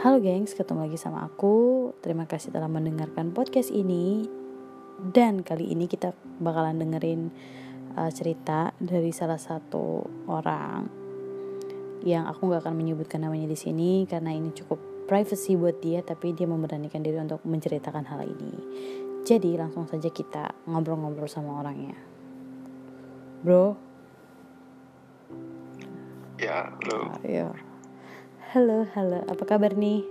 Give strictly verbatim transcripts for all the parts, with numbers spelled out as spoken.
Halo gengs, ketemu lagi sama aku. Terima kasih telah mendengarkan podcast ini. Dan kali ini kita bakalan dengerin uh, cerita dari salah satu orang yang aku gak akan menyebutkan namanya di sini karena ini cukup privacy buat dia, tapi dia memberanikan diri untuk menceritakan hal ini. Jadi langsung saja kita ngobrol-ngobrol sama orangnya. Bro. Ya, halo. Ayo. Halo, halo. Apa kabar nih?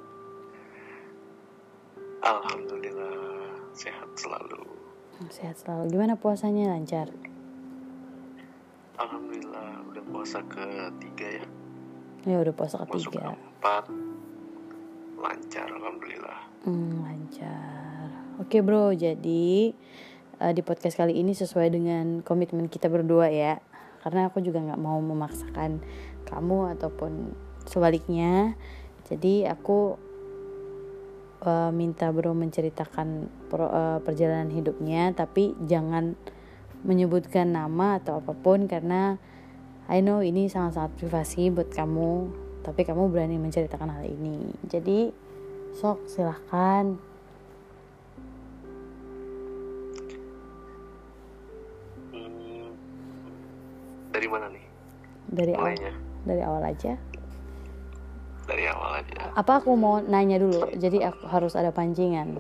Alhamdulillah, sehat selalu. Sehat selalu. Gimana puasanya, lancar? Alhamdulillah, udah puasa ketiga ya. Ya udah puasa Masuk ketiga. keempat, lancar, alhamdulillah. Hmm, lancar. Oke bro, jadi uh, di podcast kali ini sesuai dengan komitmen kita berdua ya. Karena aku juga nggak mau memaksakan kamu ataupun sebaliknya. Jadi aku uh, minta bro menceritakan pro, uh, perjalanan hidupnya, tapi jangan menyebutkan nama atau apapun karena I know ini sangat-sangat privasi buat kamu, tapi kamu berani menceritakan hal ini. Jadi sok silahkan. Hmm, dari mana nih? Dari awal, Mulainya? dari awal aja. Dari awal aja. Apa aku mau nanya dulu? Jadi aku harus ada pancingan.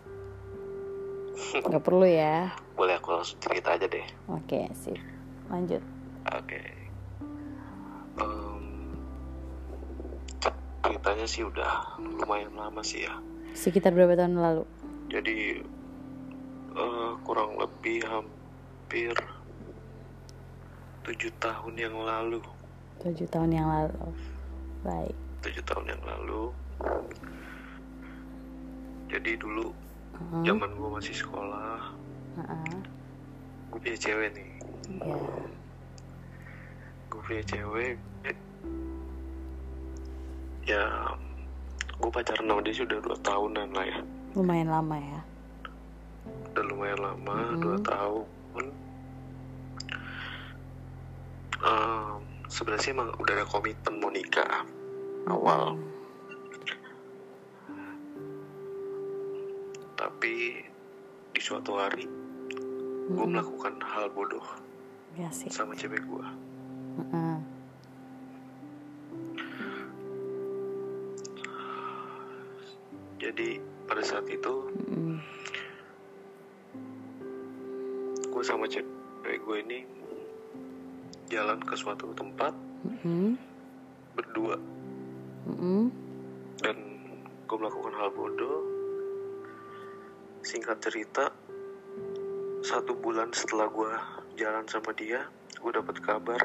Gak perlu ya. Boleh aku langsung cerita aja deh. Oke, sip. Lanjut. Oke. Um, ceritanya sih udah lumayan lama sih ya. Sekitar berapa tahun lalu? Jadi uh, kurang lebih hampir tujuh tahun yang lalu. Tujuh tahun yang lalu. Baik. Tujuh tahun yang lalu. Jadi dulu uh-huh. zaman gue masih sekolah, uh-huh. gue punya cewek nih. Ya. Gue punya cewek. Ya, gue pacaran sama dia sudah dua tahunan lah ya. Lumayan lama ya. Udah lumayan lama, uh-huh. dua tahun. Um, sebenarnya sih emang udah ada komitmen mau nikah awal. uh-huh. Tapi di suatu hari gue uh-huh. melakukan hal bodoh ya, sih. sama cewek gue. uh-huh. Jadi pada saat itu uh-huh. gue sama cewek gue ini jalan ke suatu tempat uh-huh. berdua. uh-huh. Dan gue melakukan hal bodoh. Singkat cerita, satu bulan setelah gue jalan sama dia, gue dapat kabar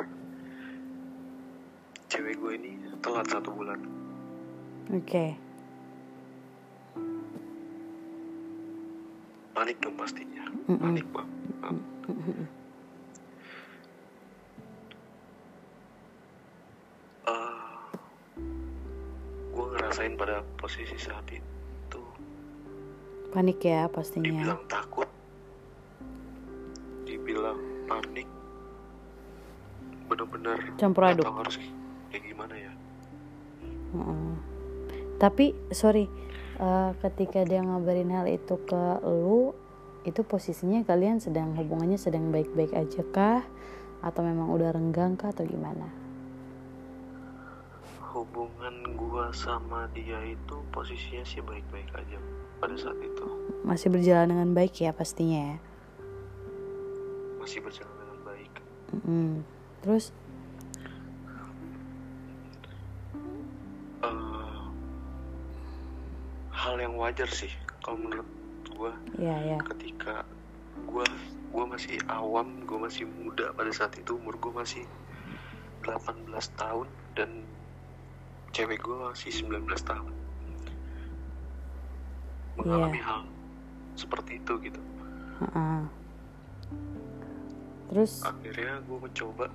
cewek gue ini telat satu bulan. Oke. Okay. Panik dong pastinya. Mm-mm. Panik bang. uh, gue ngerasain pada posisi saat itu panik ya pastinya. Dibilang takut, dibilang panik, benar-benar campur aduk. Gak tahu harus kayak gimana ya. uh-uh. Tapi sorry, uh, ketika dia ngabarin hal itu ke lu, itu posisinya kalian sedang hubungannya sedang baik-baik aja kah? Atau memang udah renggang kah atau gimana? Hubungan gua sama dia itu posisinya sih baik-baik aja pada saat itu. Masih berjalan dengan baik ya pastinya ya? Masih berjalan dengan baik. Mm-hmm. Terus? Uh, hal yang wajar sih kalau menurut gua. Iya, iya. Ketika gua gua masih awam, gua masih muda pada saat itu, umur gua masih delapan belas tahun dan cewek gue masih sembilan belas tahun, mengalami yeah. hal seperti itu gitu. uh-uh. Terus akhirnya gue mencoba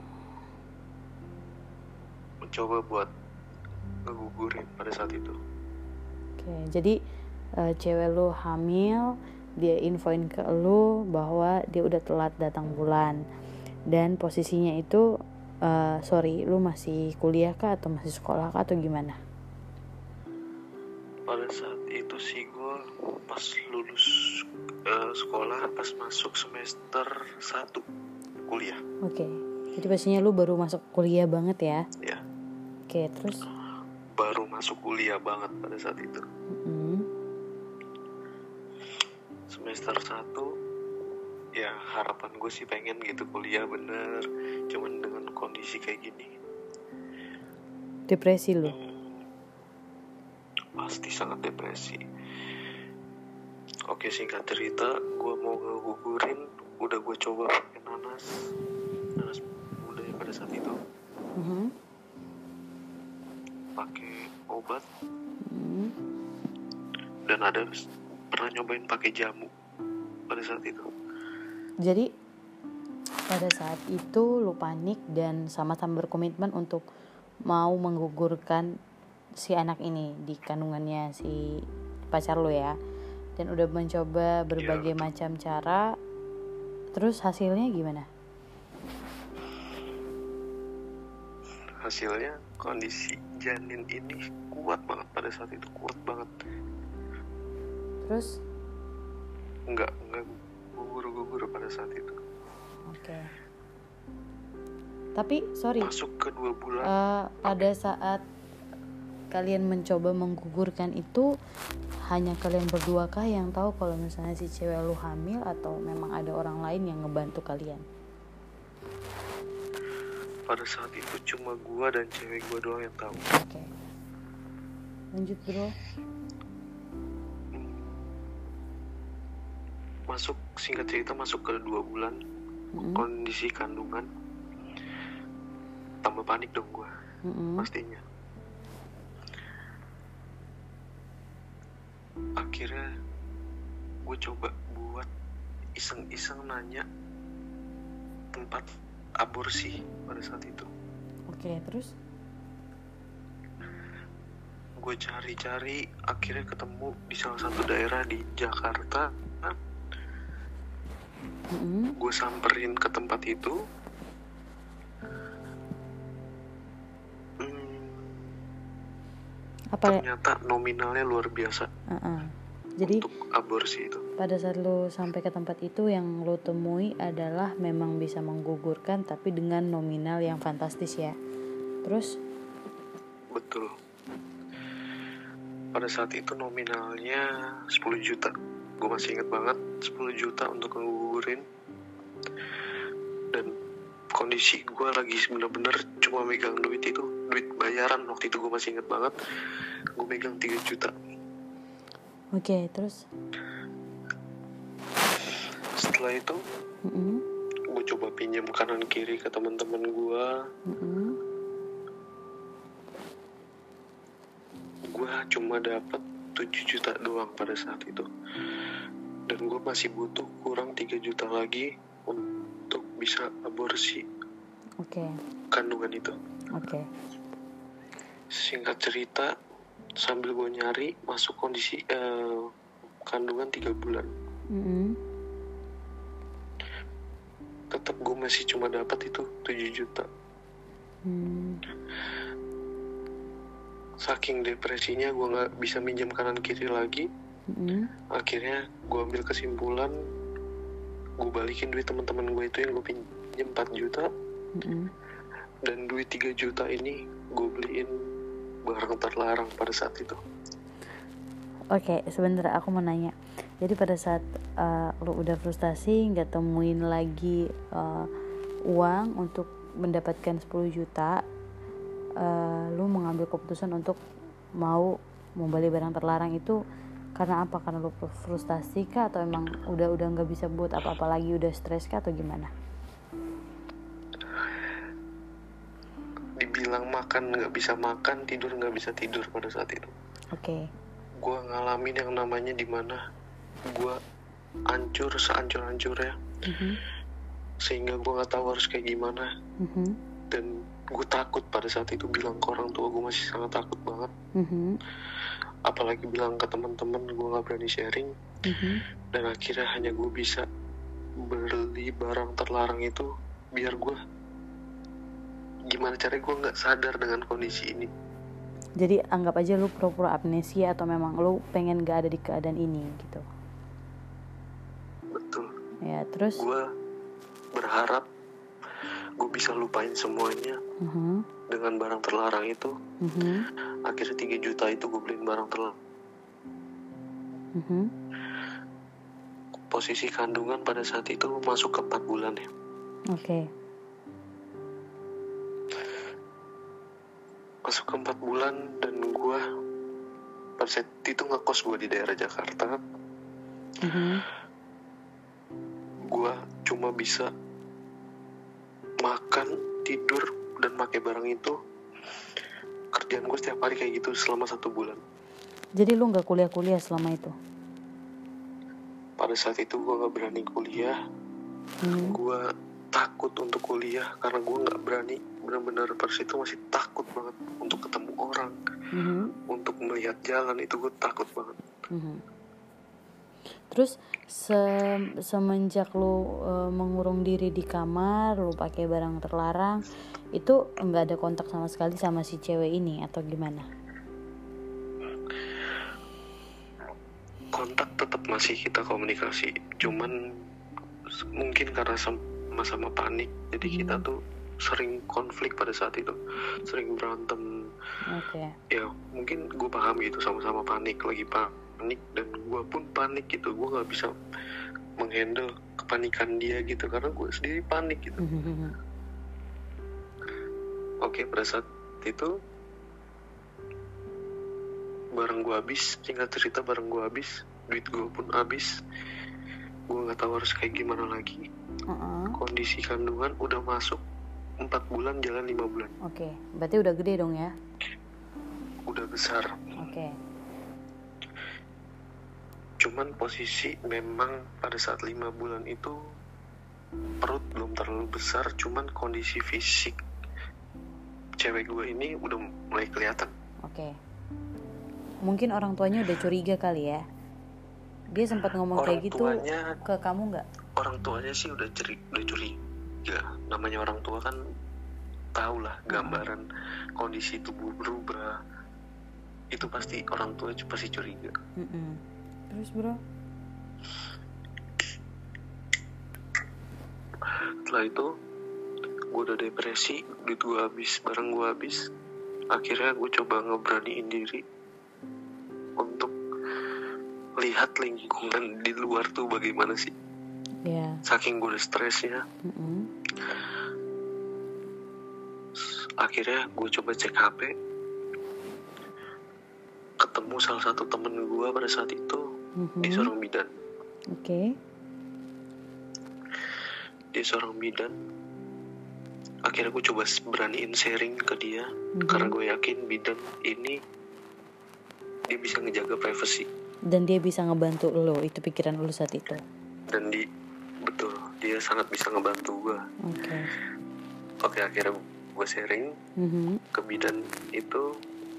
mencoba buat ngegugurin pada saat itu. Oke, okay, jadi uh, cewek lu hamil, dia infoin ke lu bahwa dia udah telat datang bulan, dan posisinya itu uh, sorry, lu masih kuliah kah atau masih sekolah kah atau gimana? pada saat itu sih gue pas lulus uh, sekolah, pas masuk semester satu kuliah. Oke, okay. Jadi pastinya lu baru masuk kuliah banget ya? Ya. Oke, okay, terus? Baru masuk kuliah banget pada saat itu. Mm-hmm. Semester satu, ya harapan gue sih pengen gitu kuliah bener, cuman dengan kondisi kayak gini. Depresi lu? Hmm, pasti sangat depresi. Oke, singkat cerita, gue mau ngegugurin, udah gue coba pakai nanas, nanas muda ya pada saat itu. Mm-hmm. Pakai obat, mm-hmm. dan ada pernah nyobain pakai jamu pada saat itu. Jadi pada saat itu lu panik dan sama-sama berkomitmen untuk mau menggugurkan si anak ini di kandungannya si pacar lu ya, dan udah mencoba berbagai ya, macam cara. Terus hasilnya gimana? Hasilnya kondisi janin ini kuat banget pada saat itu, kuat banget. Terus? Enggak, enggak gugur-gugur pada saat itu. Oke. Okay. Tapi sorry. Masuk ke dua bulan. Uh, pada saat kalian mencoba menggugurkan itu, hanya kalian berdua kah yang tahu kalau misalnya si cewek lu hamil, atau memang ada orang lain yang ngebantu kalian? Pada saat itu cuma gua dan cewek gua doang yang tahu. Oke. Okay. Lanjut bro. Masuk, singkat cerita masuk ke dua bulan, mm-hmm. kondisi kandungan, tambah panik dong gua, mm-hmm. pastinya. Akhirnya gue coba buat iseng-iseng nanya tempat aborsi pada saat itu. Oke, terus? Gue cari-cari, akhirnya ketemu di salah satu daerah di Jakarta. Mm-hmm. Gue samperin ke tempat itu. Hmm, Apa? Ternyata nominalnya luar biasa. Uh-uh. Jadi untuk aborsi itu. Pada saat lo sampai ke tempat itu, yang lo temui adalah memang bisa menggugurkan, tapi dengan nominal yang fantastis ya. Terus? Betul. Pada saat itu nominalnya sepuluh juta. Gue masih ingat banget, sepuluh juta untuk ngegugurin. Dan kondisi gue lagi bener-bener cuma megang duit itu, duit bayaran waktu itu gue masih ingat banget. Gue megang tiga juta. Oke, okay, terus? Setelah itu, mm-hmm. gue coba pinjam kanan kiri ke teman-teman gue. Mm-hmm. Gue cuma dapat tujuh juta doang pada saat itu. Dan gue masih butuh kurang tiga juta lagi untuk bisa aborsi. Oke. Okay. Kandungan itu. Oke. Okay. Singkat cerita, sambil gue nyari masuk kondisi uh, kandungan tiga bulan. Mm-hmm. Tetap gue masih cuma dapat itu tujuh juta. Mm. Saking depresinya gue nggak bisa minjam kanan kiri lagi. Mm-hmm. Akhirnya gue ambil kesimpulan, gue balikin duit teman-teman gue itu yang gue pinjam empat juta. Mm-hmm. Dan duit tiga juta ini gue beliin barang terlarang pada saat itu. Oke, okay, sebentar aku mau nanya. Jadi pada saat uh, lo udah frustasi, nggak temuin lagi uh, uang untuk mendapatkan sepuluh juta, uh, lo mengambil keputusan untuk mau membeli barang terlarang itu karena apa? Karena lo frustasi kah, atau emang udah udah nggak bisa buat apa-apa lagi, udah stres kah, atau gimana? Dibilang makan nggak bisa makan, tidur nggak bisa tidur pada saat itu. Oke. Okay. Gue ngalamin yang namanya dimana gue hancur sehancur-hancurnya, mm-hmm. sehingga gue nggak tahu harus kayak gimana. Mm-hmm. Dan gue takut pada saat itu bilang ke orang tua, gue masih sangat takut banget. Mm-hmm. Apalagi bilang ke teman-teman, gue nggak berani sharing. Mm-hmm. Dan akhirnya hanya gue bisa beli barang terlarang itu biar gue gimana caranya gue nggak sadar dengan kondisi ini. Jadi anggap aja lu pura-pura amnesia atau memang lu pengen gak ada di keadaan ini gitu. Betul. Ya terus Gue berharap gue bisa lupain semuanya uh-huh. dengan barang terlarang itu. Uh-huh. Akhirnya tiga juta itu gue beliin barang terlarang. Uh-huh. Posisi kandungan pada saat itu masuk ke empat bulan ya. Oke. Okay. Masuk ke empat bulan dan gue pada saat itu ngekos gue di daerah Jakarta. Uh-huh. Gue cuma bisa makan, tidur, dan pakai barang itu. Kerjaan gue setiap hari kayak gitu selama satu bulan. Jadi lu gak kuliah-kuliah selama itu? Pada saat itu gue gak berani kuliah. hmm. Gue takut untuk kuliah karena gue gak berani. Benar-benar pada saat itu masih takut banget untuk ketemu orang. hmm. Untuk melihat jalan itu gue takut banget. hmm. Terus se- semenjak lu e, mengurung diri di kamar, lu pakai barang terlarang, itu nggak ada kontak sama sekali sama si cewek ini atau gimana? Kontak tetap masih kita komunikasi, cuman mungkin karena sama-sama panik, jadi hmm. kita tuh sering konflik pada saat itu, sering berantem. Oke. Okay. Ya mungkin gue paham gitu, sama-sama panik, lagi panik. panik dan gue pun panik gitu. Gue gak bisa menghandle kepanikan dia gitu karena gue sendiri panik gitu. mm-hmm. Oke, pada saat itu barang gue habis, singkat cerita barang gue habis, duit gue pun habis. Gue gak tahu harus kayak gimana lagi. uh-uh. Kondisi kandungan udah masuk empat bulan jalan lima bulan. Oke, okay. Berarti udah gede dong ya? Udah besar. Oke. Okay. Cuman posisi memang pada saat lima bulan itu perut belum terlalu besar, cuman kondisi fisik cewek gue ini udah mulai kelihatan. Oke. Okay. Mungkin orang tuanya udah curiga kali ya. Dia sempat ngomong orang kayak gitu tuanya, ke kamu nggak? Orang tuanya sih udah ceri, udah curiga. Namanya orang tua kan tahu lah gambaran hmm. kondisi tubuh berubah. Itu pasti orang tua pasti curiga. Mm-mm. Terus bro? Setelah itu gue udah depresi, duit gue habis, barang gue habis. Akhirnya gue coba ngeberaniin diri untuk lihat lingkungan di luar tuh bagaimana sih. Yeah. Saking gue udah stresnya. Mm-hmm. Akhirnya gue coba cek H P, ketemu salah satu temen gue pada saat itu. Mm-hmm. Dia seorang bidan. Oke. Okay. Dia seorang bidan. Akhirnya gue coba beraniin sharing ke dia. Mm-hmm. Karena gue yakin bidan ini dia bisa ngejaga privasi. Dan dia bisa ngebantu lo, itu pikiran lo saat itu. Dan di betul, dia sangat bisa ngebantu gue. Oke. Okay. Oke, akhirnya gue sharing mm-hmm. ke bidan itu.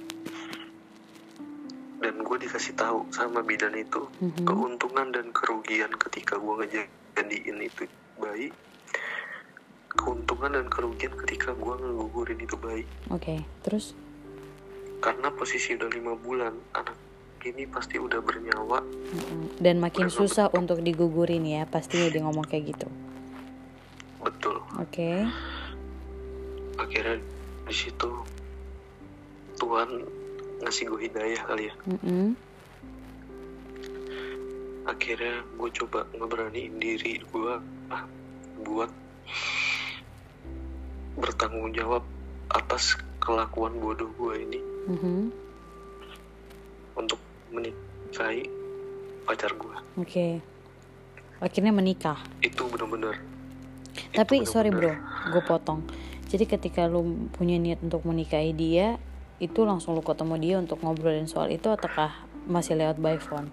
Dan gue dikasih tahu sama bidan itu mm-hmm. keuntungan dan kerugian ketika gue ngejadiin itu bayi, keuntungan dan kerugian ketika gue ngegugurin itu bayi. Oke, okay. Terus? Karena posisi udah lima bulan, anak ini pasti udah bernyawa. Mm-hmm. Dan makin susah betul. Untuk digugurin ya, pastinya dia ngomong kayak gitu. Betul. Oke. Okay. Akhirnya di situ Tuhan ngasih gue hidayah kali ya. Mm-hmm. Akhirnya gue coba ngeberaniin diri gue ah, buat bertanggung jawab atas kelakuan bodoh gue ini. Mm-hmm. Untuk menikahi pacar gue. Oke. Okay. Akhirnya menikah. Itu benar-benar. Tapi itu benar-benar. Sorry bro, gue potong. Jadi ketika lu punya niat untuk menikahi dia, itu langsung lu ketemu dia untuk ngobrolin soal itu ataukah masih lewat by phone?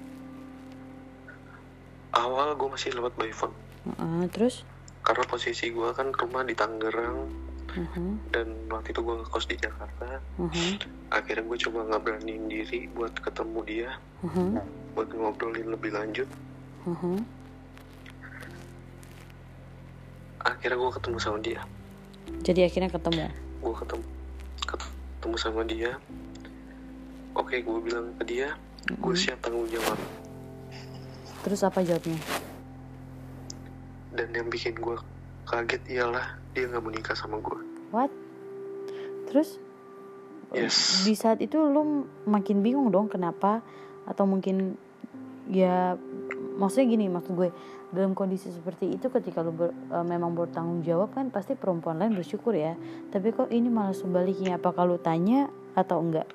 Awal gue masih lewat by phone. Uh-uh, terus? Karena posisi gue kan rumah di Tangerang. Uh-huh. Dan waktu itu gue ngekos di Jakarta. Uh-huh. Akhirnya gue coba ngeberaniin diri buat ketemu dia. Uh-huh. Buat ngobrolin lebih lanjut. Uh-huh. Akhirnya gue ketemu sama dia. Jadi akhirnya ketemu? Gue ketemu ketemu sama dia. Oke, gue bilang ke dia, gue Mm-mm. siap tanggung jawab. Terus apa jawabnya? Dan yang bikin gue kaget ialah dia nggak mau nikah sama gue. What? Terus Yes. di saat itu lu makin bingung dong kenapa? Atau mungkin ya maksudnya gini, maksud gue dalam kondisi seperti itu ketika lu ber, e, memang bertanggung jawab kan pasti perempuan lain bersyukur ya. Tapi kok ini malah sebaliknya, apa kalau tanya atau enggak?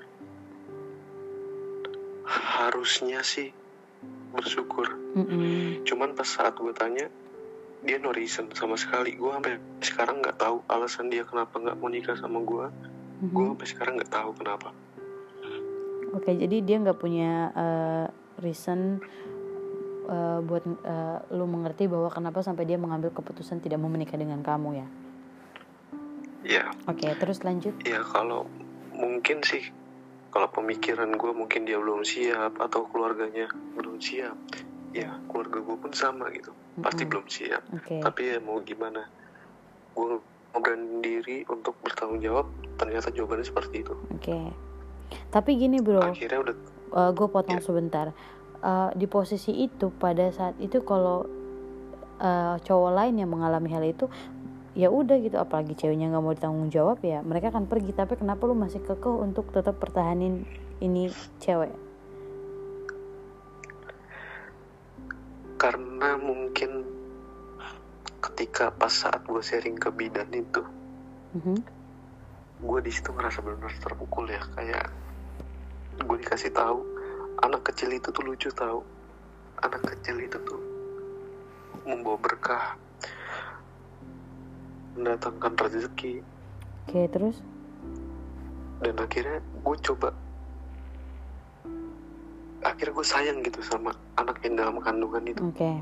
Harusnya sih bersyukur. Mm-mm. Cuman pas saat gue tanya, dia no reason sama sekali. Gue sampai sekarang nggak tahu alasan dia kenapa nggak mau nikah sama gue. Mm-hmm. Gue sampai sekarang nggak tahu kenapa. Oke, jadi dia nggak punya uh, reason uh, buat uh, lu mengerti bahwa kenapa sampai dia mengambil keputusan tidak mau menikah dengan kamu ya? Iya. Oke, terus lanjut. Iya, kalau mungkin sih, kalau pemikiran gue mungkin dia belum siap atau keluarganya belum siap. Ya, keluarga gue pun sama gitu, mm-hmm. pasti belum siap. Okay. Tapi ya mau gimana? Gue berani diri untuk bertanggung jawab. Ternyata jawabannya seperti itu. Oke. Okay. Tapi gini bro, akhirnya udah. Uh, gue potong ya. sebentar. Uh, di posisi itu pada saat itu kalau uh, cowok lain yang mengalami hal itu, ya udah gitu, apalagi ceweknya nggak mau ditanggung jawab ya mereka akan pergi. Tapi kenapa lu masih kekeh untuk tetap pertahanin ini cewek? Karena mungkin ketika pas saat gue sharing ke bidan itu, mm-hmm. gue di situ ngerasa benar-benar terpukul ya. Kayak gue dikasih tahu anak kecil itu tuh lucu tahu. Anak kecil itu tuh membawa berkah, mendatangkan rezeki. Oke, terus? Dan akhirnya gue coba, akhirnya gue sayang gitu sama anak yang dalam kandungan itu. Oke. Okay.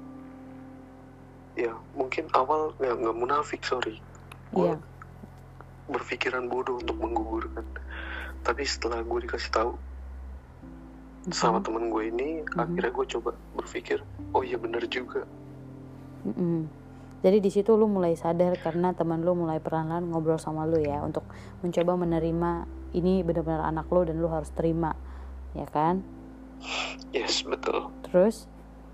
Ya mungkin awal ya nggak munafik, sorry. Gue yeah. berpikiran bodoh untuk menggugurkan. Tapi setelah gue dikasih tahu mm-hmm. sama temen gue ini, mm-hmm. akhirnya gue coba berpikir, oh iya benar juga. Mm-hmm. Jadi di situ lu mulai sadar karena teman lu mulai perlahan-lahan ngobrol sama lu ya untuk mencoba menerima ini benar-benar anak lu dan lu harus terima, ya kan? Yes, betul. Terus?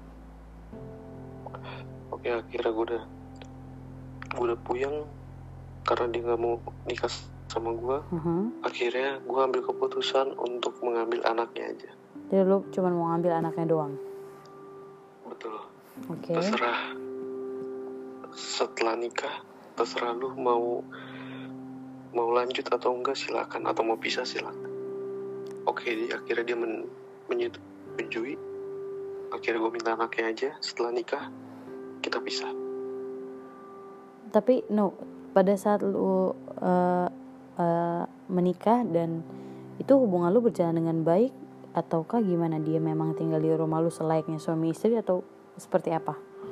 Oke, akhirnya gue udah gue udah puyeng karena dia nggak mau nikah sama gue. Uh-huh. Akhirnya gue ambil keputusan untuk mengambil anaknya aja. Jadi lu cuma mau ngambil anaknya doang? Betul. Oke. Okay. Terserah setelah nikah, terserah lu mau mau lanjut atau enggak silakan, atau mau pisah silakan. Oke, okay, akhirnya dia men, menyetujui. Akhirnya gue minta anaknya aja. Setelah nikah kita pisah. Tapi no, pada saat lu uh, uh, menikah dan itu hubungan lu berjalan dengan baik ataukah gimana? Dia memang tinggal di rumah lu selayaknya suami istri atau seperti apa?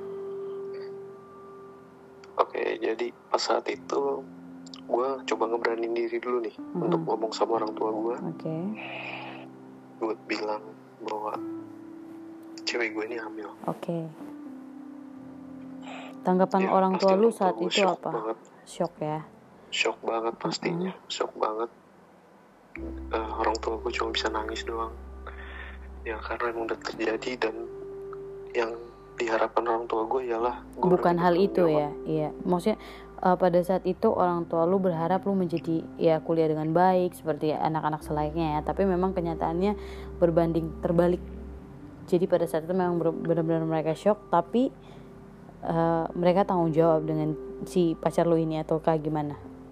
Oke, jadi pas saat itu gue coba ngeberanin diri dulu nih uh-huh. untuk ngomong sama orang tua gue. Oke. Okay. Buat bilang bahwa cewek gue ini hamil. Oke. Okay. Tanggapan ya, orang tua lu saat itu shock apa? Banget. Shock ya? Shock banget pastinya, uh-huh. shock banget. Uh, orang tua gue cuma bisa nangis doang. Ya karena emang udah terjadi dan yang diharapkan orang tua gue ialah gue bukan hal itu ya. Iya, maksudnya uh, pada saat itu orang tua lu berharap lu menjadi ya kuliah dengan baik seperti anak-anak selayaknya ya, tapi memang kenyataannya berbanding terbalik. Jadi pada saat itu memang benar-benar mereka shock, tapi uh, mereka tanggung jawab dengan si pacar lu ini atau kayak gimana?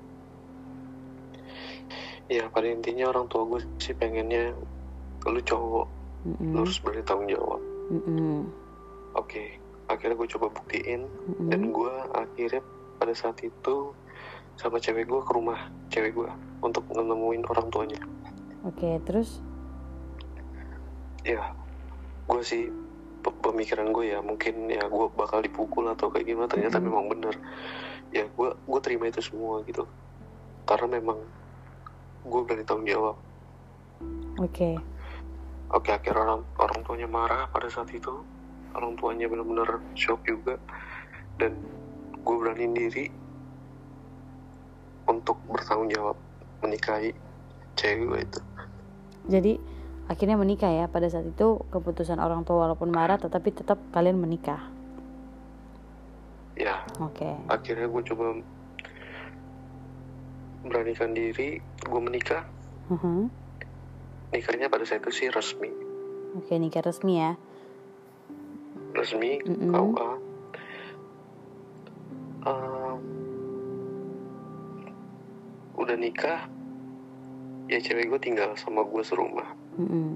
Ya pada intinya orang tua gue sih pengennya lu cowok, mm-hmm. lu harus berani tanggung jawab. Mm-hmm. Oke, okay. Akhirnya gue coba buktiin, mm-hmm. dan gue akhirnya pada saat itu sama cewek gue ke rumah cewek gue untuk nemuin orang tuanya. Oke, okay, terus? Ya, gue sih pemikiran gue ya mungkin ya gue bakal dipukul atau kayak gimana, ternyata mm-hmm. memang bener. Ya gue gue terima itu semua gitu, karena memang gue berani tanggung jawab. Oke. Okay. Oke, okay, akhirnya orang orang tuanya marah pada saat itu. Orang tuanya benar-benar shock juga, dan gue beraniin diri untuk bertanggung jawab menikahi cewek gue itu. Jadi akhirnya menikah ya. Pada saat itu keputusan orang tua walaupun marah, tetapi tetap kalian menikah. Ya. Oke. Okay. Akhirnya gue coba beranikan diri, gue menikah. Uh-huh. Nikahnya pada saat itu sih resmi. Oke, okay, nikah resmi ya. Resmi, Mm-mm. K U A. Um, udah nikah, ya cewek gue tinggal sama gue serumah. Mm-mm.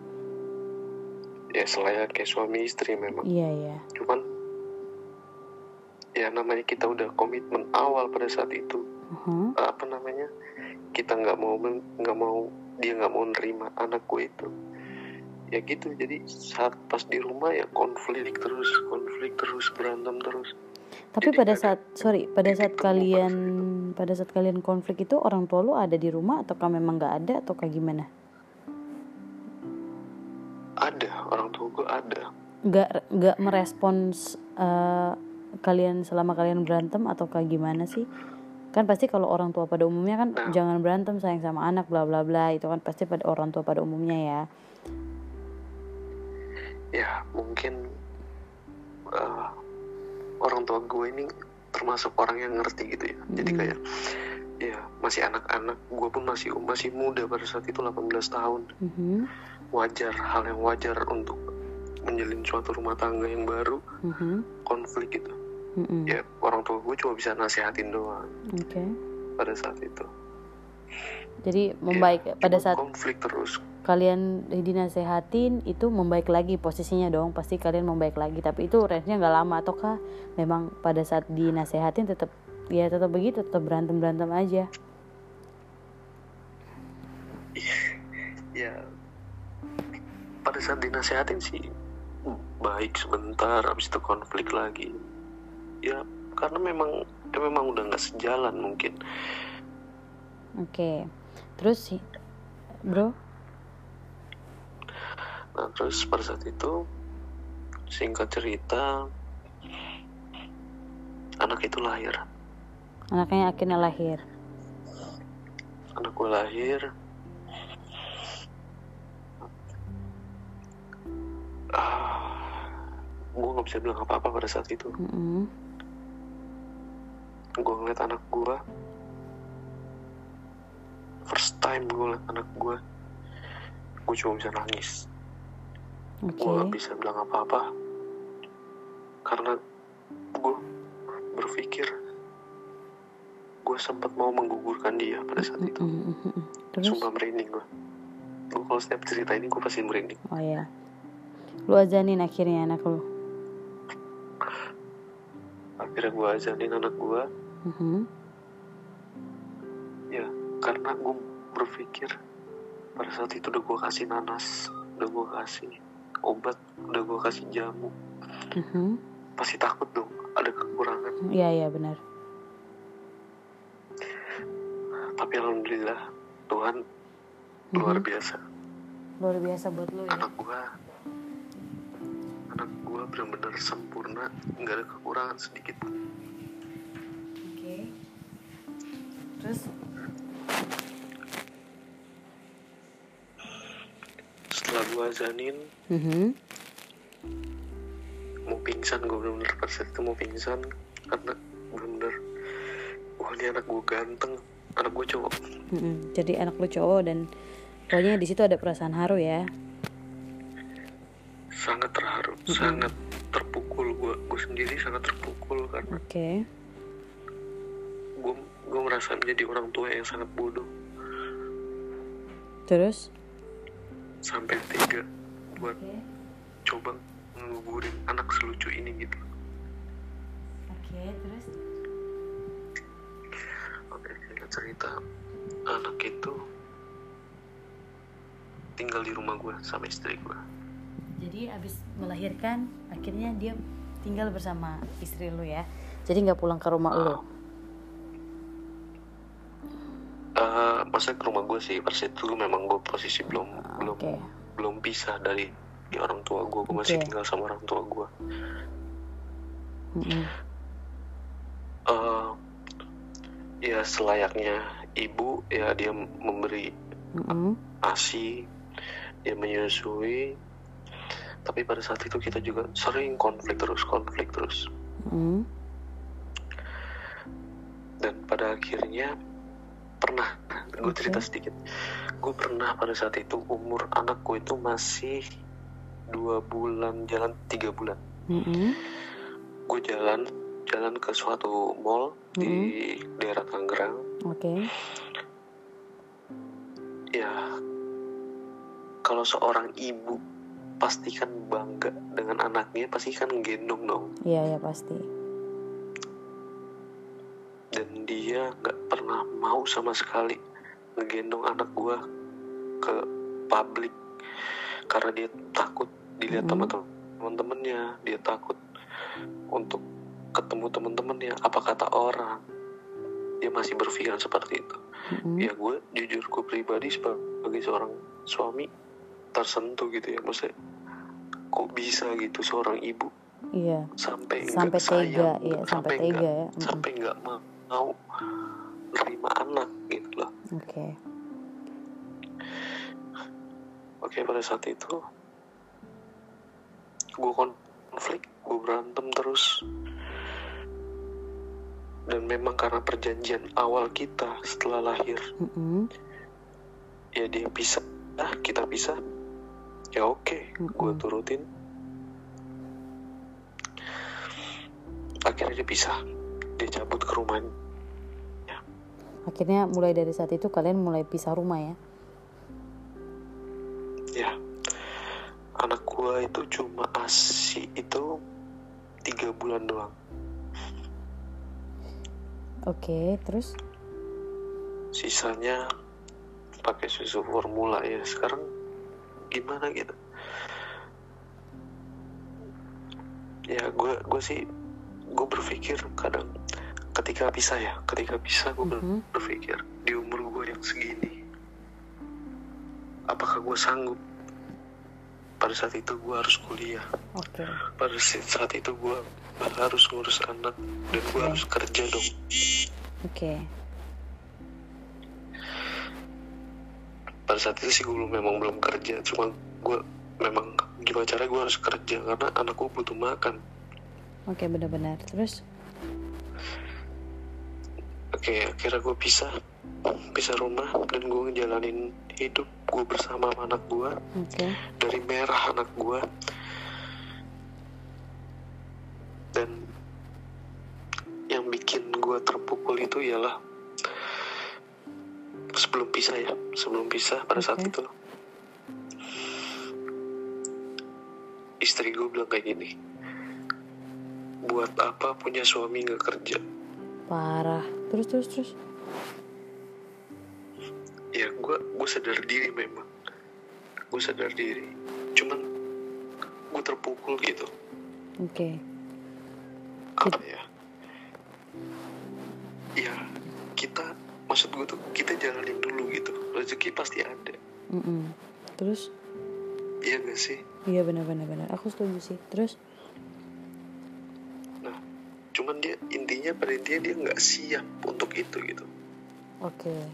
Ya selayak kayak suami istri memang. Iya, iya. Cuman ya namanya kita udah komitmen awal pada saat itu. Uh-huh. Apa namanya? Kita nggak mau nggak mau dia nggak mau nerima anak gue itu. Ya gitu. Jadi saat pas di rumah ya konflik terus, konflik terus, berantem terus. Tapi Jadi pada ada, saat sorry, pada saat kalian konflik pada saat kalian konflik itu orang tua lu ada di rumah ataukah memang nggak ada ataukah gimana? Ada, orang tua gue ada. Nggak nggak merespons uh, kalian selama kalian berantem ataukah gimana sih? Kan pasti kalau orang tua pada umumnya kan Nah. jangan berantem, sayang sama anak, bla bla bla, itu kan pasti pada orang tua pada umumnya ya. Ya mungkin uh, orang tua gue ini termasuk orang yang ngerti gitu ya. Jadi Mm-hmm. kayak ya masih anak-anak, gue pun masih masih muda pada saat itu delapan belas tahun. Mm-hmm. Wajar, hal yang wajar untuk menjalin suatu rumah tangga yang baru. Mm-hmm. Konflik gitu. Mm-hmm. Ya orang tua gue cuma bisa nasehatin doang. Oke. Okay. Pada saat itu. Jadi membaik ya, pada saat konflik terus. Kalian dinasehatin itu membaik lagi posisinya dong, pasti kalian membaik lagi. Tapi itu range-nya nggak lama ataukah memang pada saat dinasehatin tetap ya tetap begitu, tetap berantem berantem aja? Ya pada saat dinasehatin sih baik sebentar, habis itu konflik lagi. Ya karena memang ya memang udah nggak sejalan mungkin. Oke, okay. Terus sih bro. Nah terus pada saat itu singkat cerita anak itu lahir. Anaknya akhirnya lahir. Anak gue lahir. Ah, gue nggak bisa bilang apa-apa pada saat itu. Mm-hmm. Gue ngeliat anak gue. First time gue ngeliat anak gue, gue cuma bisa nangis. Okay. Gue gak bisa bilang apa-apa karena gue berpikir gue sempat mau menggugurkan dia pada saat itu. Mm-hmm. Terus? Sumpah merinding gue. Gue kalau setiap cerita ini gue pasti merinding. Oh ya. Lu azanin akhirnya anak lu? Akhirnya gue azanin anak gue. Mm-hmm. Ya karena gue berpikir pada saat itu udah gue kasih nanas, udah gue kasih obat, udah gue kasih jamu. Mm-hmm. Pasti takut dong ada kekurangan. Iya iya benar. Tapi alhamdulillah Tuhan mm-hmm. luar biasa. Luar biasa buat lu ya. Anak gue, anak gue benar-benar sempurna, nggak ada kekurangan sedikit pun. Oke. Okay. Terus? Setelah gue azanin, mm-hmm. mau pingsan, gue bener-bener pada saat itu mau pingsan karena bener-bener wah ini anak gue ganteng, anak gue cowok. Mm-hmm. Jadi anak lu cowok dan pokoknya di situ ada perasaan haru ya. Sangat terharu, mm-hmm. sangat terpukul, gue gue sendiri sangat terpukul karena okay. gue gue merasa menjadi orang tua yang sangat bodoh. Terus? Sampai tega buat okay. coba ngugurin anak selucu ini gitu. Oke, okay, terus? Oke, singkat cerita, anak itu tinggal di rumah gue sama istri gue. Jadi abis melahirkan, akhirnya dia tinggal bersama istri lu ya? Jadi gak pulang ke rumah uh, lu? Uh, maksudnya ke rumah gue sih, pas itu memang gue posisi belum uh, belum okay. belum pisah dari di orang tua gue, gue masih okay. tinggal sama orang tua gue. Mm-hmm. Uh, ya selayaknya ibu ya dia memberi mm-hmm. A S I, dia menyusui. Tapi pada saat itu kita juga sering konflik terus konflik terus mm. dan pada akhirnya pernah gue Okay. cerita sedikit. Gue pernah pada saat itu umur anakku itu masih dua bulan jalan tiga bulan. Mm-mm. Gue jalan jalan ke suatu mall Mm-mm. di daerah Tangerang. Oke. Okay. Ya, kalau seorang ibu pasti kan bangga dengan anaknya, pasti kan gendong dong. Iya ya pasti. Dan dia nggak pernah mau sama sekali ngegendong anak gue ke publik karena dia takut dilihat Mm-hmm. sama teman-temannya, dia takut untuk ketemu teman-temannya, apa kata orang. Dia masih berpikiran seperti itu. Mm-hmm. Ya gue jujur, gue pribadi sebagai seorang suami tersentuh gitu ya, maksudnya kok bisa gitu seorang ibu Iya. sampai Sampai nggak tega, sayang, iya, sampai sampai tega nggak ya. Mm-mm. sampai nggak mau, mau nerima anak gitu loh. Oke. Okay. Oke, pada saat itu gue konflik, gue berantem terus. Dan memang karena perjanjian awal kita setelah lahir, Mm-mm. ya dia pisah, nah kita pisah, ya oke, gue Mm-mm. turutin. Akhirnya dia pisah, dia cabut ke rumahnya. Akhirnya mulai dari saat itu kalian mulai pisah rumah ya? Ya, anak gue itu cuma asi itu tiga bulan doang. Oke, okay, terus? Sisanya pakai susu formula ya. Sekarang gimana gitu? Ya gue gue sih gue berpikir kadang ketika pisah ya, ketika pisah gue Mm-hmm. berpikir di umur gue yang segini, apakah gue sanggup? Pada saat itu gue harus kuliah. Oke. Okay. Pada saat itu gue harus ngurus anak dan gue Okay. harus kerja dong. Oke. Okay. Pada saat itu sih gue belum memang belum kerja, cuma gue memang gimana cara gue harus kerja karena anak gue butuh makan. Oke, okay, benar-benar. Terus? Oke, okay, akhirnya gue pisah, pisah rumah dan gue ngejalanin hidup gue bersama anak gue. Oke. Okay. Dari merah anak gue. Dan yang bikin gue terpukul itu ialah sebelum pisah ya, sebelum pisah pada Okay. saat itu istri gue bilang kayak gini, buat apa punya suami nggak kerja? Parah. Terus terus terus. Ya gue gue sadar diri memang, gue sadar diri. Cuman gue terpukul gitu. Oke. Okay. Apa ya? Ya kita, maksud gue tuh kita jalanin dulu gitu. Rezeki pasti ada. Mm-mm. Terus? Iya gak sih? Iya benar-benar benar. Aku setuju sih. Terus? Nah, cuman dia intinya pada intinya dia nggak siap untuk itu gitu. Oke. Okay.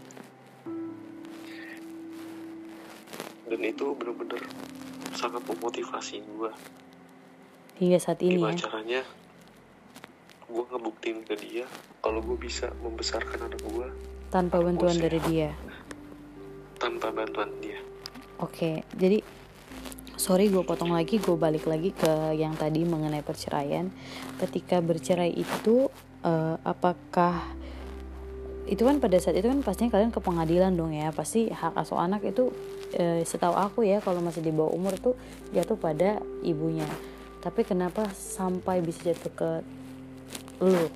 Dan itu benar-benar sangat memotivasi gue. Hingga saat ini Gimana ya? caranya gue ngebuktiin ke dia kalau gue bisa membesarkan anak gue tanpa bantuan dari dia. Tanpa bantuan dia. Oke, okay, jadi sorry gue potong lagi, gue balik lagi ke yang tadi mengenai perceraian. Ketika bercerai itu uh, apakah itu kan pada saat itu kan pastinya kalian ke pengadilan dong ya, pasti hak asuh anak itu uh, setahu aku ya kalau masih di bawah umur tuh jatuh pada ibunya. Tapi kenapa sampai bisa jatuh ke lu?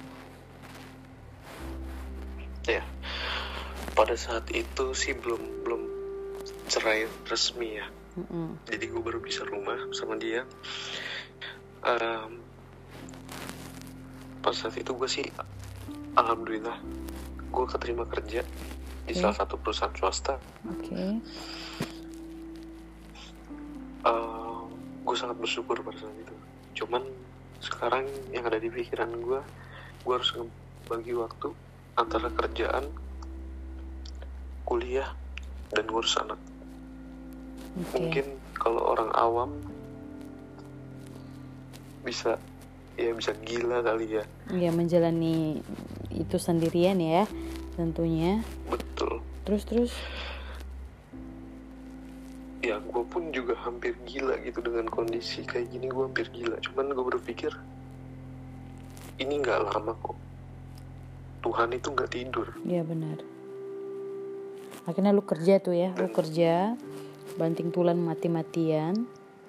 Ya, pada saat itu sih belum belum cerai resmi ya. Mm-mm. Jadi gue baru bisa rumah sama dia. Um, pada saat itu gue sih alhamdulillah gue keterima kerja di Okay. salah satu perusahaan swasta. Oke. Okay. Uh, gue sangat bersyukur pada saat itu. Cuman sekarang yang ada di pikiran gue, gue harus ngebagi waktu antara kerjaan, kuliah, dan ngurus anak. Okay. Mungkin kalau orang awam bisa ya bisa gila kali ya. Iya, menjalani itu sendirian ya tentunya. Betul. Terus terus. Ya gue pun juga hampir gila gitu dengan kondisi kayak gini, gue hampir gila. Cuman gue berpikir ini nggak lama kok. Tuhan itu nggak tidur. Iya benar. Akhirnya lu kerja tuh ya, Dan, lu kerja banting tulang mati-matian.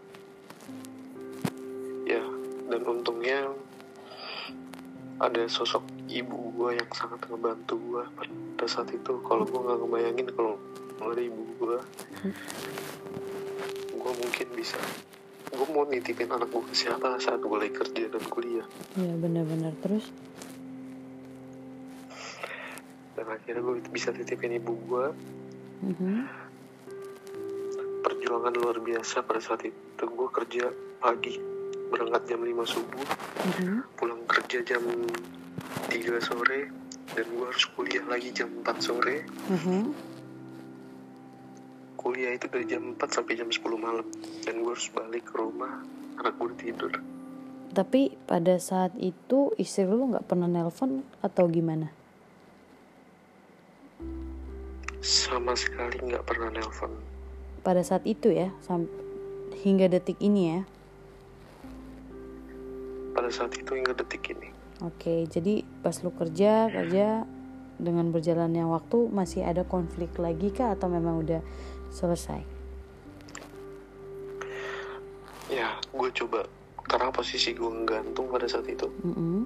Ya, dan untungnya ada sosok ibu gue yang sangat ngebantu gue pada saat itu. Kalau gue nggak ngebayangin kalau nggak ada ibu gue, hmm. gue mungkin bisa. Gue mau nitipin anak gue ke siapa saat gue lagi kerja dan kuliah. Iya benar-benar. Terus? Dan akhirnya gue bisa titipin ibu gue. Mm-hmm. Perjuangan luar biasa pada saat itu. Gue kerja pagi, berangkat jam lima subuh, mm-hmm. pulang kerja jam tiga sore, dan gue harus kuliah lagi jam empat sore. Mm-hmm. Kuliah itu dari jam empat sampai jam sepuluh malam, dan gue harus balik ke rumah, anak gue tidur. Tapi pada saat itu istri lu gak pernah nelpon atau gimana? Sama sekali gak pernah nelpon. Pada saat itu ya, sam- hingga detik ini ya? Pada saat itu hingga detik ini. Oke, jadi pas lu kerja, kerja dengan berjalannya waktu masih ada konflik lagi kah atau memang udah selesai? Ya, gue coba, karena posisi gue ngegantung pada saat itu. Mm-hmm.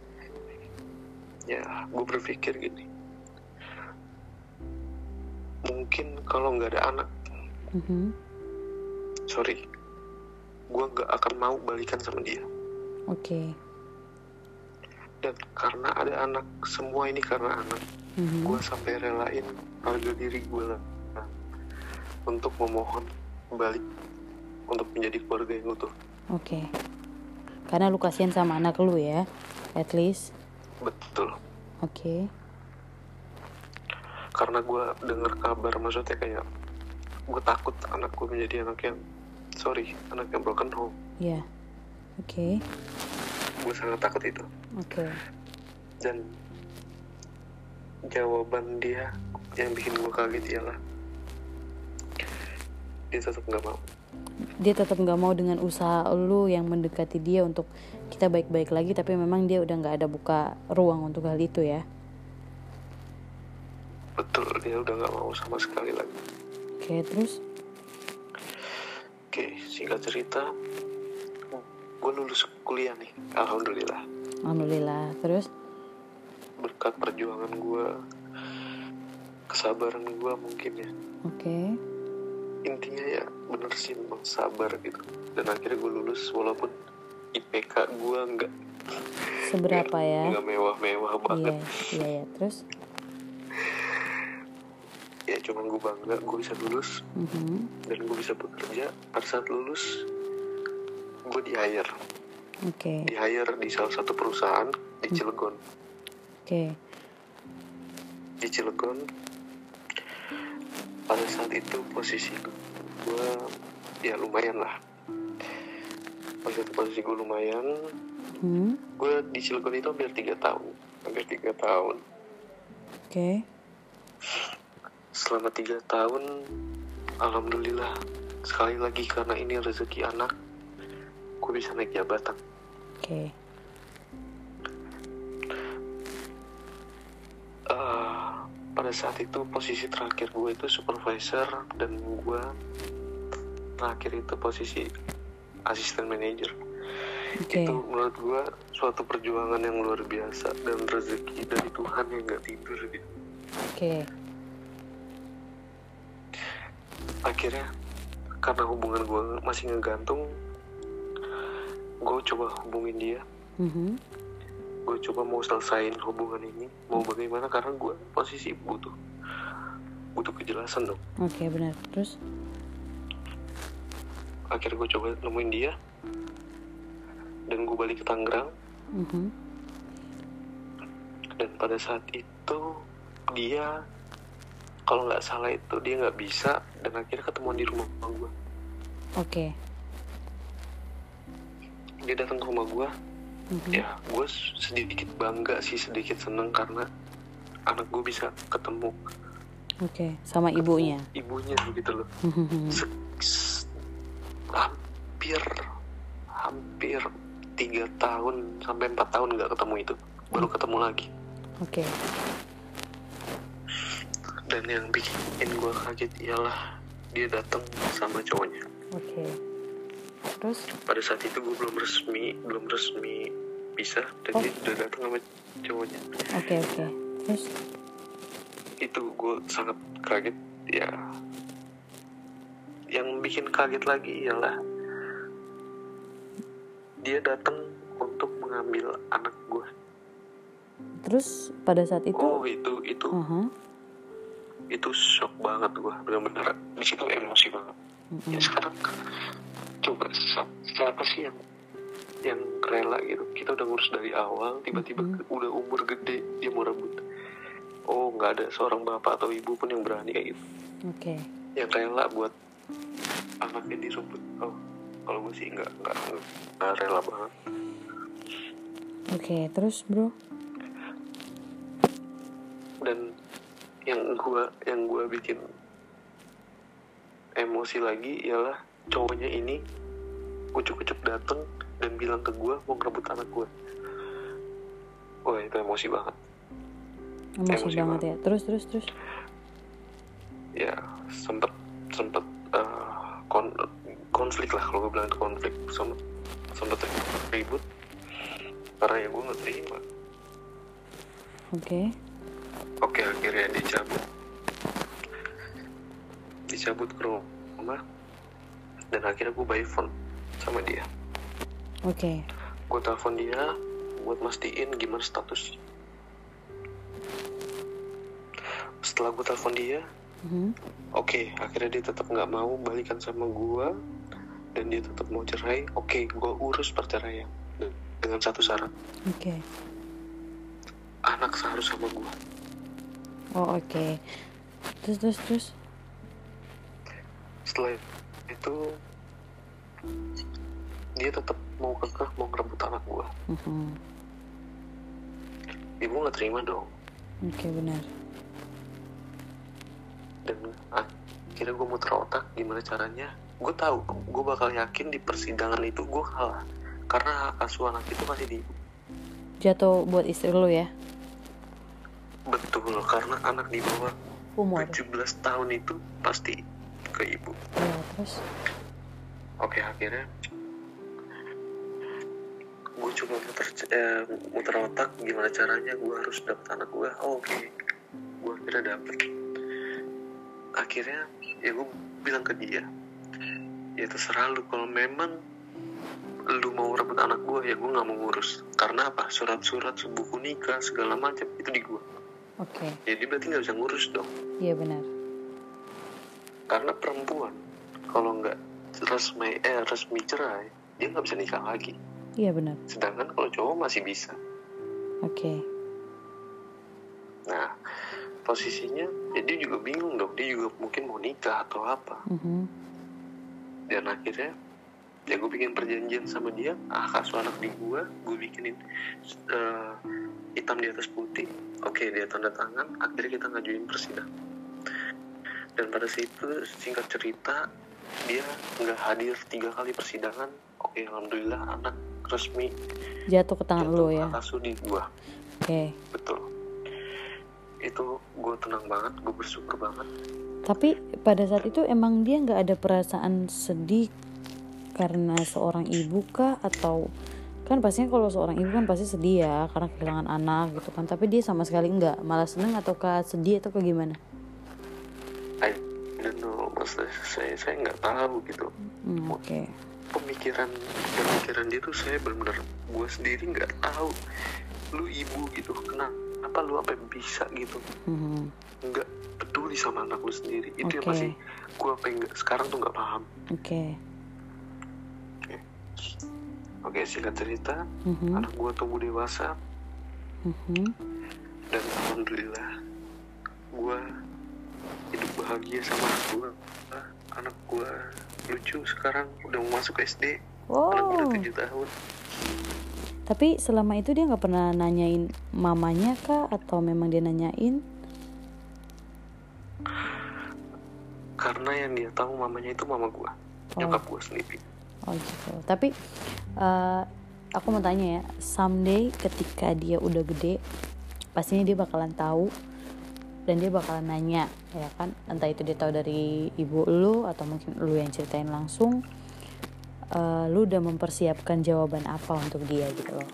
Ya, gue berpikir gini, mungkin kalau nggak ada anak, mm-hmm. sorry, gue nggak akan mau balikan sama dia. Oke. Okay. Dan karena ada anak, semua ini karena anak, mm-hmm. gue sampai relain harga diri gue lah untuk memohon balik untuk menjadi keluarga yang utuh. Oke. Okay. Karena lu kasihan sama anak lu ya, at least. Betul. Oke. Okay. Karena gue dengar kabar, maksudnya kayak gue takut anak gue menjadi anak yang, sorry, anak yang broken home. Iya. Yeah. Oke. Okay. Gue sangat takut itu. Oke. Okay. Dan jawaban dia yang bikin gue kaget ialah dia tetap nggak mau. Dia tetap nggak mau dengan usaha lu yang mendekati dia untuk kita baik-baik lagi, tapi memang dia udah nggak ada buka ruang untuk hal itu ya. Betul, dia udah nggak mau sama sekali lagi. Oke, terus? Oke, singkat cerita, gue lulus kuliah nih, alhamdulillah. Alhamdulillah, terus? Berkat perjuangan gue, kesabaran gue mungkin ya. Oke. Okay. Intinya ya bener sih memang sabar gitu. Dan akhirnya gue lulus walaupun I P K gue nggak seberapa ya, nggak mewah-mewah banget. Iya, iya, iya. Terus? Ya cuman gue bangga gue bisa lulus, mm-hmm. dan gue bisa bekerja. Pada saat lulus gue di hire. Oke. Okay. Di hire di salah satu perusahaan di Cilegon. Oke. Okay. Di Cilegon. Pada saat itu posisi gue ya lumayan lah. Pada saat itu posisi gue lumayan. Hmm. Gue di Cilegon itu hampir tiga tahun. Hampir tiga tahun. Oke. Okay. Selama tiga tahun, alhamdulillah, sekali lagi karena ini rezeki anak, gue bisa naik jabatan. Oke. Okay. Uh, pada saat itu posisi terakhir gue itu supervisor, dan gue terakhir itu posisi asisten manajer. Okay. Itu menurut gue suatu perjuangan yang luar biasa dan rezeki dari Tuhan yang gak tidur gitu. Oke. Okay. Akhirnya karena hubungan gue masih ngegantung, gue coba hubungin dia. Mm-hmm. Gue coba mau selesain hubungan ini, mau bagaimana, karena gue posisi butuh butuh kejelasan dong. Oke, okay, benar. Terus? Akhirnya gue coba nemuin dia, dan gue balik ke Tangerang. Mm-hmm. Dan pada saat itu dia kalau nggak salah itu dia nggak bisa, dan akhirnya ketemuan di rumah gue. Oke. Okay. Dia datang ke rumah gue. Mm-hmm. Ya gue sedikit bangga sih, sedikit seneng karena anak gue bisa ketemu. Oke, okay. Sama ibunya. Ibunya gitu loh. Se- se- hampir hampir tiga tahun sampai empat tahun nggak ketemu itu, baru ketemu lagi. Oke. Okay. Dan yang bikin gue kaget ialah dia datang sama cowoknya. Oke. Okay. Terus? Pada saat itu gue belum resmi, belum resmi pisah, dan oh. dia udah datang sama cowoknya. Oke okay, oke. Okay. Terus? Itu gue sangat kaget ya. Yang bikin kaget lagi ialah dia datang untuk mengambil anak gue. Terus pada saat itu? Oh itu itu. Uh-huh. Itu shock banget gue, benar-benar di situ emosi banget. Mm-hmm. Ya sekarang coba siapa sih yang yang rela gitu? Kita udah ngurus dari awal, tiba-tiba mm-hmm. udah umur gede dia mau rebut. Oh nggak ada seorang bapak atau ibu pun yang berani kayak gitu. Oke. Okay. Yang rela buat anaknya direbut. Oh kalau gue sih nggak nggak nggak rela banget. Oke okay, terus bro? Dan yang gue yang gue bikin emosi lagi ialah cowoknya ini ucuk-ucuk dateng dan bilang ke gue mau ngerebut anak gue. Wah itu emosi banget. Emosi, emosi banget, banget ya. Terus terus terus. Ya sempet sempet uh, kon- konflik lah, kalau gue bilang itu konflik, sempet sempet ribut karena ya gue nggak terima. Oke. Okay. Oke akhirnya dicabut dicabut ke rumah, dan akhirnya gue by phone sama dia. Oke. Okay. Gue telepon dia buat mastiin gimana status. Setelah gue telepon dia, mm-hmm. oke okay, akhirnya dia tetap nggak mau balikan sama gue dan dia tetap mau cerai. Oke okay, gue urus perceraian dengan satu syarat. Oke. Okay. Anak seharus sama gue. Oh oke. Okay. Terus terus terus. Setelah itu dia tetap mau kekeh mau ngerebut anak gue. Mm-hmm. Ibu nggak terima dong. Oke okay, benar. Dan akhirnya gue muter otak gimana caranya. Gue tahu gue bakal yakin di persidangan itu gue kalah karena hak asuh anak itu masih di ibu. Jatuh buat istri lo ya? Betul, karena anak di bawah umur tujuh belas tahun itu pasti ke ibu. Ya, terus? Oke, akhirnya gue cuma muter, eh, muter otak gimana caranya gue harus dapet anak gue. Oh, oke, okay. Gue akhirnya dapet. Akhirnya ya gue bilang ke dia, ya terserah lu, kalau memang lu mau rebut anak gue ya gue nggak mau ngurus. Karena apa? Surat-surat, buku nikah segala macam itu di gue. Oke. Okay. Jadi berarti nggak bisa ngurus dong. Iya benar. Karena perempuan kalau nggak resmi eh resmi cerai dia nggak bisa nikah lagi. Iya benar. Sedangkan kalau cowok masih bisa. Oke. Okay. Nah posisinya ya dia juga bingung dong, dia juga mungkin mau nikah atau apa. Mm-hmm. Dan akhirnya ya gue bikin perjanjian sama dia, ah kasus anak di gue gue bikinin uh, hitam di atas putih. Oke, okay, dia tanda tangan, akhirnya kita ngajuin persidangan. Dan pada situ singkat cerita dia nggak hadir tiga kali persidangan. Oke, okay, alhamdulillah anak resmi jatuh ke tangan lo ya. Jatuh di gua. Oke. Okay. Betul. Itu gue tenang banget, gue bersyukur banget. Tapi pada saat itu emang dia nggak ada perasaan sedih karena seorang ibu kah, atau kan pastinya kalau seorang ibu kan pasti sedih ya karena kehilangan anak gitu kan, tapi dia sama sekali enggak, malah seneng ataukah sedih atau kayak gimana? I don't know, maksudnya saya saya nggak tahu gitu. Hmm, Oke. Okay. Pemikiran pemikiran dia tuh saya benar-benar gue sendiri nggak tahu. Lu ibu gitu, kenapa lu apa bisa gitu? Hmm. Nggak peduli sama anak lu sendiri. Itu okay. Yang pasti gue pengen sekarang tuh nggak paham. Oke. Okay. Oke, singkat cerita, mm-hmm. anak gue tumbuh dewasa, mm-hmm. dan alhamdulillah gue bahagia sama anak gue. Anak gue lucu sekarang udah mau masuk S D. Wow. Anak gue udah tujuh tahun. Tapi selama itu dia nggak pernah nanyain mamanya kah, atau memang dia nanyain? Karena yang dia tahu mamanya itu mama gue, Oh. nyokap gue sendiri. Oh gitu. Tapi uh, aku mau tanya ya, someday ketika dia udah gede, pastinya dia bakalan tahu dan dia bakalan nanya, ya kan? Entah itu dia tahu dari ibu lu atau mungkin lu yang ceritain langsung. Uh, lu udah mempersiapkan jawaban apa untuk dia gitu loh?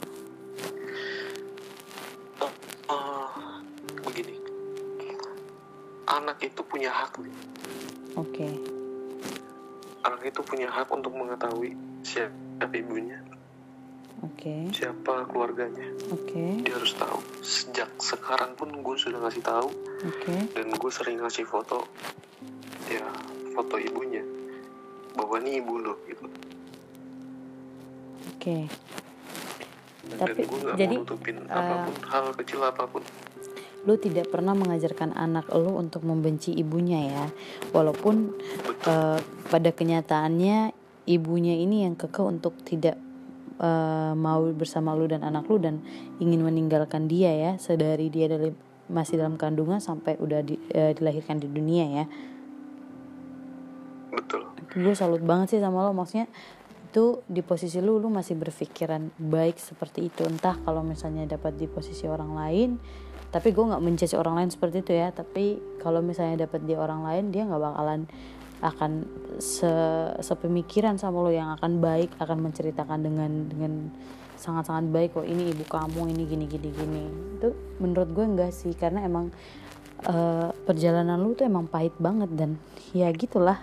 Oh, uh, begini, anak itu punya hak nih. Oke. Okay. Anak itu punya hak untuk mengetahui siapa ibunya, oke, okay. siapa keluarganya. Oke. Okay. Dia harus tahu. Sejak sekarang pun gue sudah ngasih tahu. Oke. Okay. Dan gue sering ngasih foto, ya foto ibunya, bahwa ini ibu lo gitu. Oke. Okay. Dan Tapi gue gak jadi mau nutupin uh, apapun, hal kecil apapun. lu tidak pernah mengajarkan anak lu untuk membenci ibunya ya, walaupun uh, pada kenyataannya ibunya ini yang kekeh untuk tidak uh, mau bersama lu dan anak lu dan ingin meninggalkan dia ya, sedari dia dari masih dalam kandungan sampai udah di, uh, dilahirkan di dunia ya. Betul. Gue salut banget sih sama lo, maksudnya itu di posisi lu lu masih berpikiran baik seperti itu. Entah kalau misalnya dapat di posisi orang lain, tapi gue nggak menjudge orang lain seperti itu ya, tapi kalau misalnya dapat di orang lain, dia nggak bakalan akan se sepemikiran sama lo, yang akan baik, akan menceritakan dengan dengan sangat-sangat baik kok, ini ibu kamu, ini gini gini gini. Itu menurut gue enggak sih, karena emang uh, perjalanan lu tuh emang pahit banget, dan ya gitulah.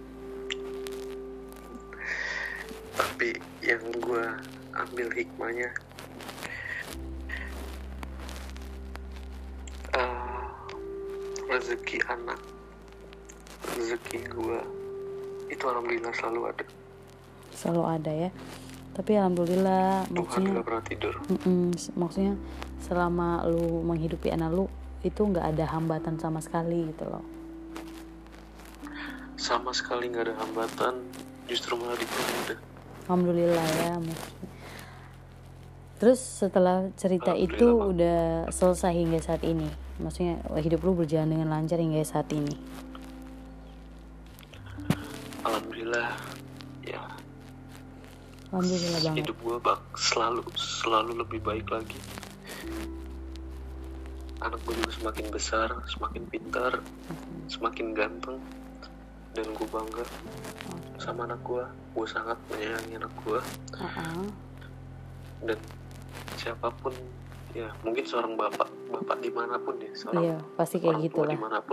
Tapi yang gue ambil hikmahnya, uh, rezeki anak, rezeki gue itu alhamdulillah selalu ada. Selalu ada ya. Tapi alhamdulillah, Tuhan maksudnya gak pernah tidur. maksudnya selama lu menghidupi anak lu itu nggak ada hambatan sama sekali gitu loh. Sama sekali nggak ada hambatan, justru malah dipermudah. Alhamdulillah ya. Terus setelah cerita itu Bang. udah selesai hingga saat ini, maksudnya hidup lu berjalan dengan lancar hingga saat ini? Alhamdulillah ya. Alhamdulillah banget. Hidup gue bak selalu selalu lebih baik lagi. Anak gue juga semakin besar, semakin pintar, uh-huh. semakin ganteng, dan gue bangga okay. sama anak gue. Gue sangat menyayangi anak gue. Uh-huh. Dan siapapun, ya mungkin seorang bapak, bapak dimanapun ya, seorang iya, pasti kayak orang gitu tua lah. dimanapun,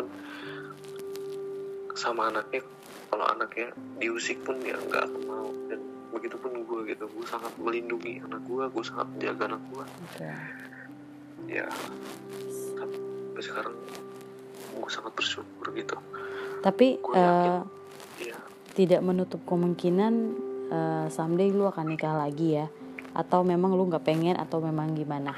sama anaknya, kalau anaknya diusik pun dia nggak akan mau. Dan begitupun gue gitu, gue sangat melindungi anak gue, gue sangat menjaga anak gue. Okay. Ya, sampai sekarang gue sangat bersyukur gitu. Tapi uh, ya. tidak menutup kemungkinan uh, someday lu akan nikah lagi ya, atau memang lu nggak pengen, atau memang gimana?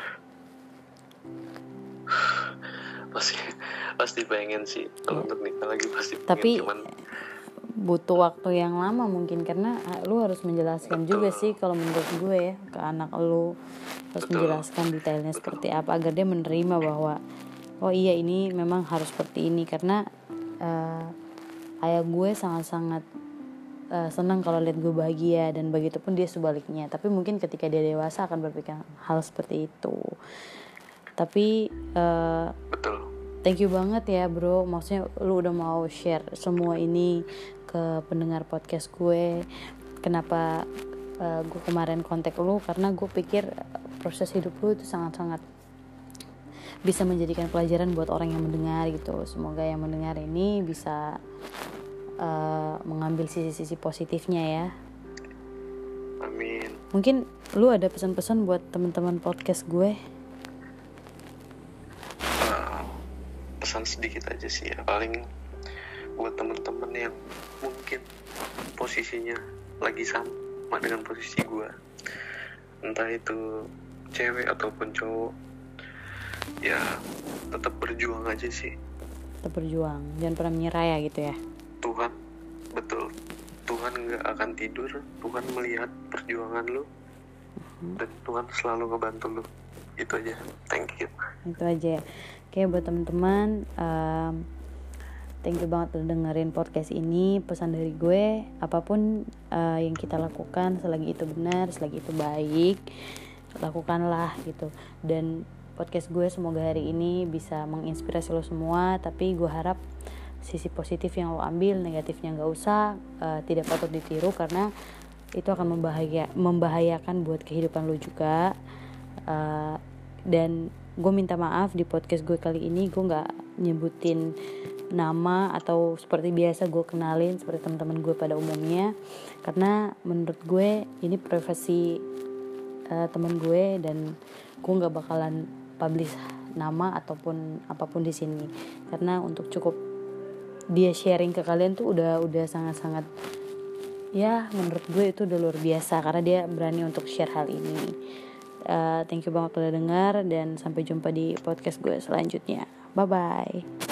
pasti pasti pengen sih kalau ya. Untuk nikah lagi pasti pengen. Tapi cuman butuh waktu yang lama mungkin, karena lu harus menjelaskan Betul. juga sih kalau menurut gue ya ke anak lu, harus Betul. menjelaskan detailnya Betul. seperti apa agar dia menerima bahwa oh iya ini memang harus seperti ini. Karena uh, ayah gue sangat-sangat uh, senang kalau lihat gue bahagia, dan begitupun dia sebaliknya. Tapi mungkin ketika dia dewasa akan berpikir hal seperti itu. Tapi uh, Betul. thank you banget ya bro, maksudnya lu udah mau share semua ini ke pendengar podcast gue. Kenapa uh, gue kemarin kontak lu, karena gue pikir proses hidup lu itu sangat-sangat bisa menjadikan pelajaran buat orang yang mendengar gitu. Semoga yang mendengar ini bisa uh, mengambil sisi-sisi positifnya ya. Amin. Mungkin lu ada pesan-pesan buat teman-teman podcast gue? Uh, pesan sedikit aja sih ya, paling buat teman-teman yang mungkin posisinya lagi sama dengan posisi gue, entah itu cewek ataupun cowok, ya tetap berjuang aja sih. tetap berjuang, jangan pernah menyerah ya gitu ya. Tuhan, betul, Tuhan gak akan tidur, Tuhan melihat perjuangan lu, uh-huh. dan Tuhan selalu ngebantu lu. Itu aja, thank you. Itu aja. Oke, buat teman-teman, um, thank you banget udah dengerin podcast ini. Pesan dari gue, apapun uh, yang kita lakukan, selagi itu benar, selagi itu baik, lakukanlah gitu. Dan podcast gue semoga hari ini bisa menginspirasi lo semua. Tapi gue harap sisi positif yang lo ambil, negatifnya gak usah, uh, tidak patut ditiru, karena itu akan membahaya, membahayakan buat kehidupan lo juga. uh, Dan gue minta maaf di podcast gue kali ini gue gak nyebutin nama atau seperti biasa gue kenalin seperti teman-teman gue pada umumnya, karena menurut gue ini privasi uh, teman gue, dan gue gak bakalan publish nama ataupun apapun di sini, karena untuk cukup dia sharing ke kalian tuh udah udah sangat-sangat, ya menurut gue itu udah luar biasa, karena dia berani untuk share hal ini. Uh, thank you banget udah dengar, dan sampai jumpa di podcast gue selanjutnya. Bye bye.